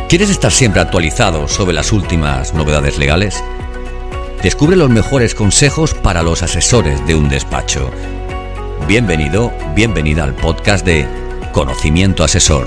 ¿Quieres estar siempre actualizado sobre las últimas novedades legales? Descubre los mejores consejos para los asesores de un despacho. Bienvenido, bienvenida al podcast de Conocimiento Asesor.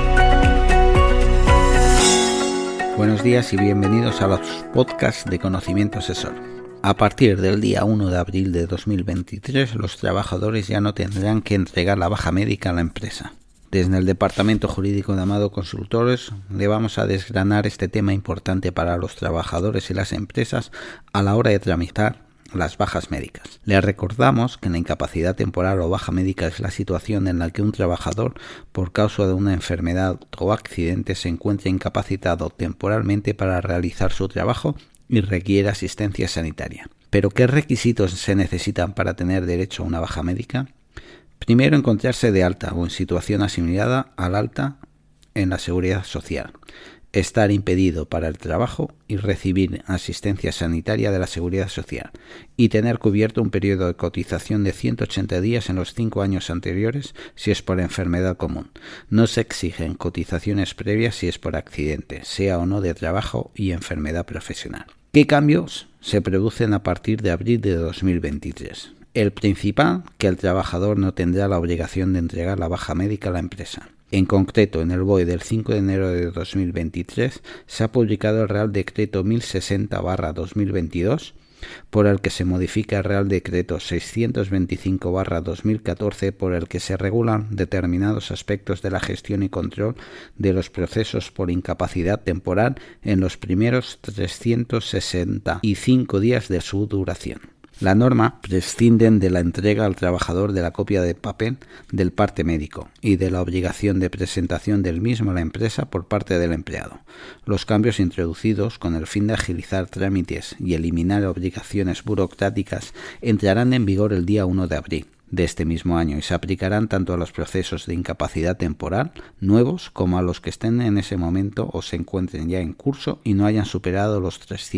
Buenos días y bienvenidos a los podcasts de Conocimiento Asesor. A partir del día 1 de abril de 2023, los trabajadores ya no tendrán que entregar la baja médica a la empresa. Desde el Departamento Jurídico de Amado Consultores le vamos a desgranar este tema importante para los trabajadores y las empresas a la hora de tramitar las bajas médicas. Les recordamos que la incapacidad temporal o baja médica es la situación en la que un trabajador, por causa de una enfermedad o accidente, se encuentra incapacitado temporalmente para realizar su trabajo y requiere asistencia sanitaria. ¿Pero qué requisitos se necesitan para tener derecho a una baja médica? Primero, encontrarse de alta o en situación asimilada al alta en la Seguridad Social, estar impedido para el trabajo y recibir asistencia sanitaria de la Seguridad Social y tener cubierto un periodo de cotización de 180 días en los 5 años anteriores si es por enfermedad común. No se exigen cotizaciones previas si es por accidente, sea o no de trabajo y enfermedad profesional. ¿Qué cambios se producen a partir de abril de 2023? El principal, que el trabajador no tendrá la obligación de entregar la baja médica a la empresa. En concreto, en el BOE del 5 de enero de 2023 se ha publicado el Real Decreto 1060/2022, por el que se modifica el Real Decreto 625/2014, por el que se regulan determinados aspectos de la gestión y control de los procesos por incapacidad temporal en los primeros 365 días de su duración. La norma prescinde de la entrega al trabajador de la copia de papel del parte médico y de la obligación de presentación del mismo a la empresa por parte del empleado. Los cambios introducidos con el fin de agilizar trámites y eliminar obligaciones burocráticas entrarán en vigor el día 1 de abril de este mismo año y se aplicarán tanto a los procesos de incapacidad temporal nuevos como a los que estén en ese momento o se encuentren ya en curso y no hayan superado los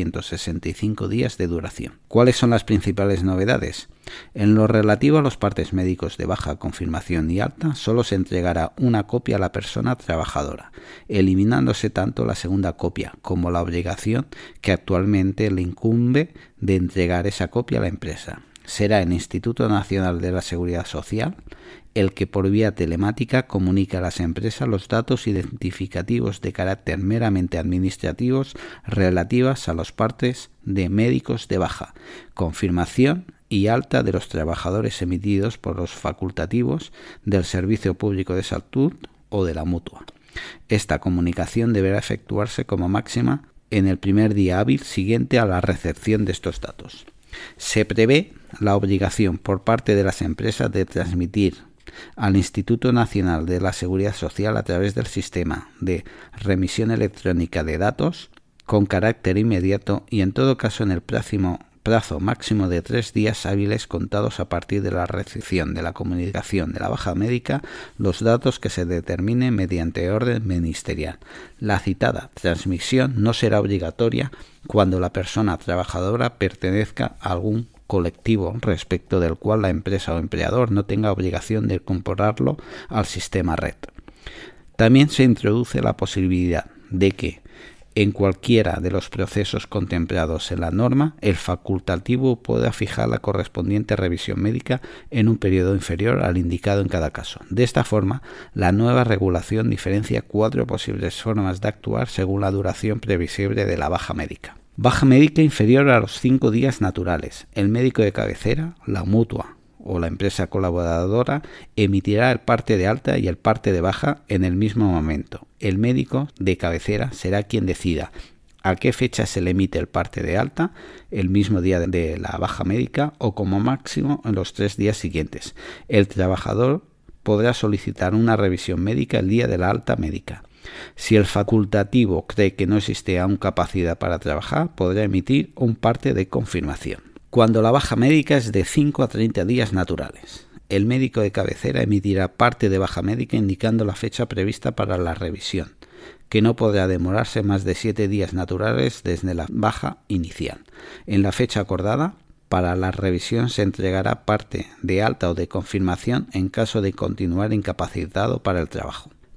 365 días de duración. ¿Cuáles son las principales novedades? En lo relativo a los partes médicos de baja, confirmación y alta, solo se entregará una copia a la persona trabajadora, eliminándose tanto la segunda copia como la obligación que actualmente le incumbe de entregar esa copia a la empresa. Será el Instituto Nacional de la Seguridad Social el que por vía telemática comunica a las empresas los datos identificativos de carácter meramente administrativos relativas a los partes de médicos de baja, confirmación y alta de los trabajadores emitidos por los facultativos del Servicio Público de Salud o de la Mutua. Esta comunicación deberá efectuarse como máxima en el primer día hábil siguiente a la recepción de estos datos. Se prevé la obligación por parte de las empresas de transmitir al Instituto Nacional de la Seguridad Social a través del sistema de remisión electrónica de datos con carácter inmediato y en todo caso en el plazo máximo de 3 días hábiles contados a partir de la recepción de la comunicación de la baja médica los datos que se determinen mediante orden ministerial. La citada transmisión no será obligatoria cuando la persona trabajadora pertenezca a algún colectivo respecto del cual la empresa o empleador no tenga obligación de incorporarlo al sistema red. También se introduce la posibilidad de que en cualquiera de los procesos contemplados en la norma, el facultativo pueda fijar la correspondiente revisión médica en un periodo inferior al indicado en cada caso. De esta forma, la nueva regulación diferencia 4 posibles formas de actuar según la duración previsible de la baja médica. Baja médica inferior a los 5 días naturales. El médico de cabecera, la mutua o la empresa colaboradora emitirá el parte de alta y el parte de baja en el mismo momento. El médico de cabecera será quien decida a qué fecha se le emite el parte de alta, el mismo día de la baja médica o como máximo en los 3 días siguientes. El trabajador podrá solicitar una revisión médica el día de la alta médica. Si el facultativo cree que no existe aún capacidad para trabajar, podrá emitir un parte de confirmación. Cuando la baja médica es de 5 a 30 días naturales, el médico de cabecera emitirá parte de baja médica indicando la fecha prevista para la revisión, que no podrá demorarse más de 7 días naturales desde la baja inicial. En la fecha acordada, para la revisión se entregará parte de alta o de confirmación en caso de continuar incapacitado para el trabajo.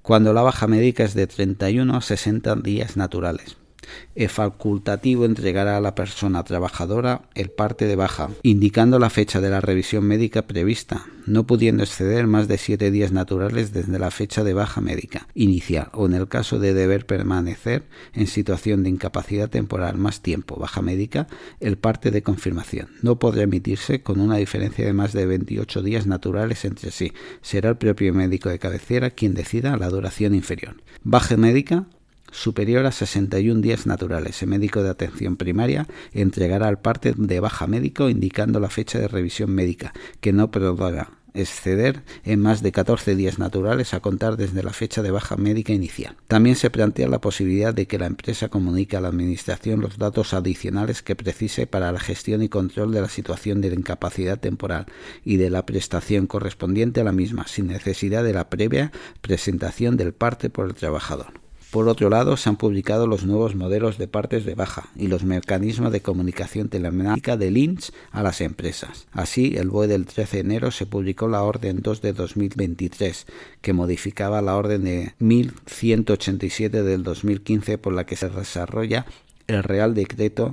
cuando la baja médica es de 31 a 60 días naturales. El facultativo entregará a la persona trabajadora el parte de baja, indicando la fecha de la revisión médica prevista, no pudiendo exceder más de 7 días naturales desde la fecha de baja médica inicial, o en el caso de deber permanecer en situación de incapacidad temporal más tiempo, baja médica, el parte de confirmación. No podrá emitirse con una diferencia de más de 28 días naturales entre sí. Será el propio médico de cabecera quien decida la duración inferior. Baja médica superior a 61 días naturales. El médico de atención primaria entregará el parte de baja médico indicando la fecha de revisión médica, que no podrá exceder en más de 14 días naturales a contar desde la fecha de baja médica inicial. También se plantea la posibilidad de que la empresa comunique a la administración los datos adicionales que precise para la gestión y control de la situación de incapacidad temporal y de la prestación correspondiente a la misma, sin necesidad de la previa presentación del parte por el trabajador. Por otro lado, se han publicado los nuevos modelos de partes de baja y los mecanismos de comunicación telemática del INS a las empresas. Así, el BOE del 13 de enero se publicó la Orden 2 de 2023, que modificaba la Orden de 1187 del 2015 por la que se desarrolla el Real Decreto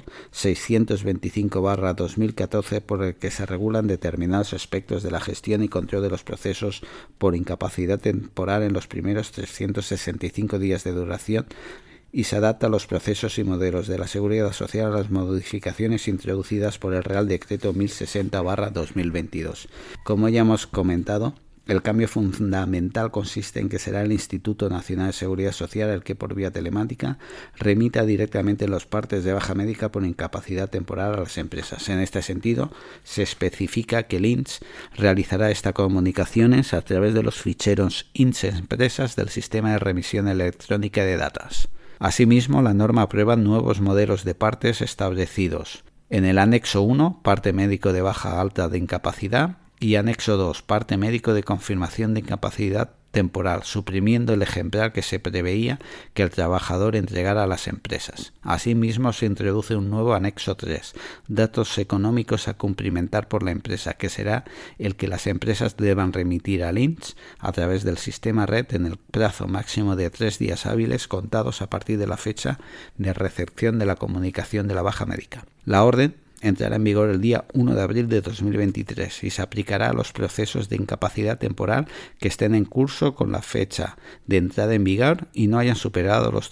625/2014 por el que se regulan determinados aspectos de la gestión y control de los procesos por incapacidad temporal en los primeros 365 días de duración y se adapta a los procesos y modelos de la Seguridad Social a las modificaciones introducidas por el Real Decreto 1060/2022. Como ya hemos comentado, el cambio fundamental consiste en que será el Instituto Nacional de Seguridad Social el que por vía telemática remita directamente los partes de baja médica por incapacidad temporal a las empresas. En este sentido, se especifica que el INS realizará estas comunicaciones a través de los ficheros INS Empresas del Sistema de Remisión Electrónica de Datos. Asimismo, la norma aprueba nuevos modelos de partes establecidos en el Anexo 1, parte médico de baja alta de incapacidad, y Anexo 2, parte médico de confirmación de incapacidad temporal, suprimiendo el ejemplar que se preveía que el trabajador entregara a las empresas. Asimismo, se introduce un nuevo Anexo 3, datos económicos a cumplimentar por la empresa, que será el que las empresas deban remitir al INS a través del sistema red en el plazo máximo de 3 días hábiles contados a partir de la fecha de recepción de la comunicación de la baja médica. La orden entrará en vigor el día 1 de abril de 2023 y se aplicará a los procesos de incapacidad temporal que estén en curso con la fecha de entrada en vigor y no hayan superado los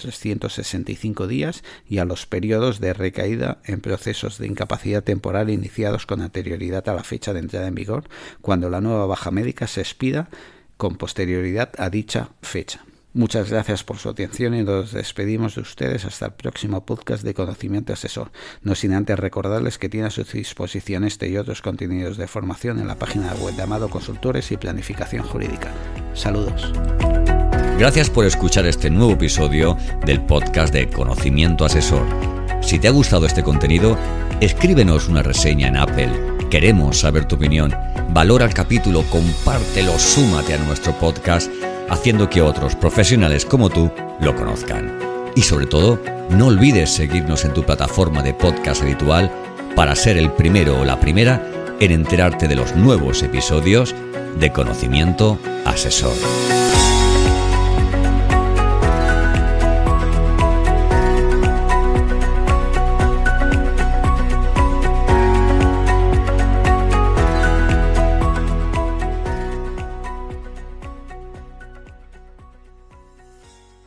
365 días y a los periodos de recaída en procesos de incapacidad temporal iniciados con anterioridad a la fecha de entrada en vigor, cuando la nueva baja médica se expida con posterioridad a dicha fecha. Muchas gracias por su atención y nos despedimos de ustedes hasta el próximo podcast de Conocimiento Asesor. No sin antes recordarles que tiene a su disposición este y otros contenidos de formación en la página web de Amado Consultores y Planificación Jurídica. Saludos. Gracias por escuchar este nuevo episodio del podcast de Conocimiento Asesor. Si te ha gustado este contenido, escríbenos una reseña en Apple. Queremos saber tu opinión. Valora el capítulo, compártelo, súmate a nuestro podcast, haciendo que otros profesionales como tú lo conozcan. Y sobre todo, no olvides seguirnos en tu plataforma de podcast habitual para ser el primero o la primera en enterarte de los nuevos episodios de Conocimiento Asesor.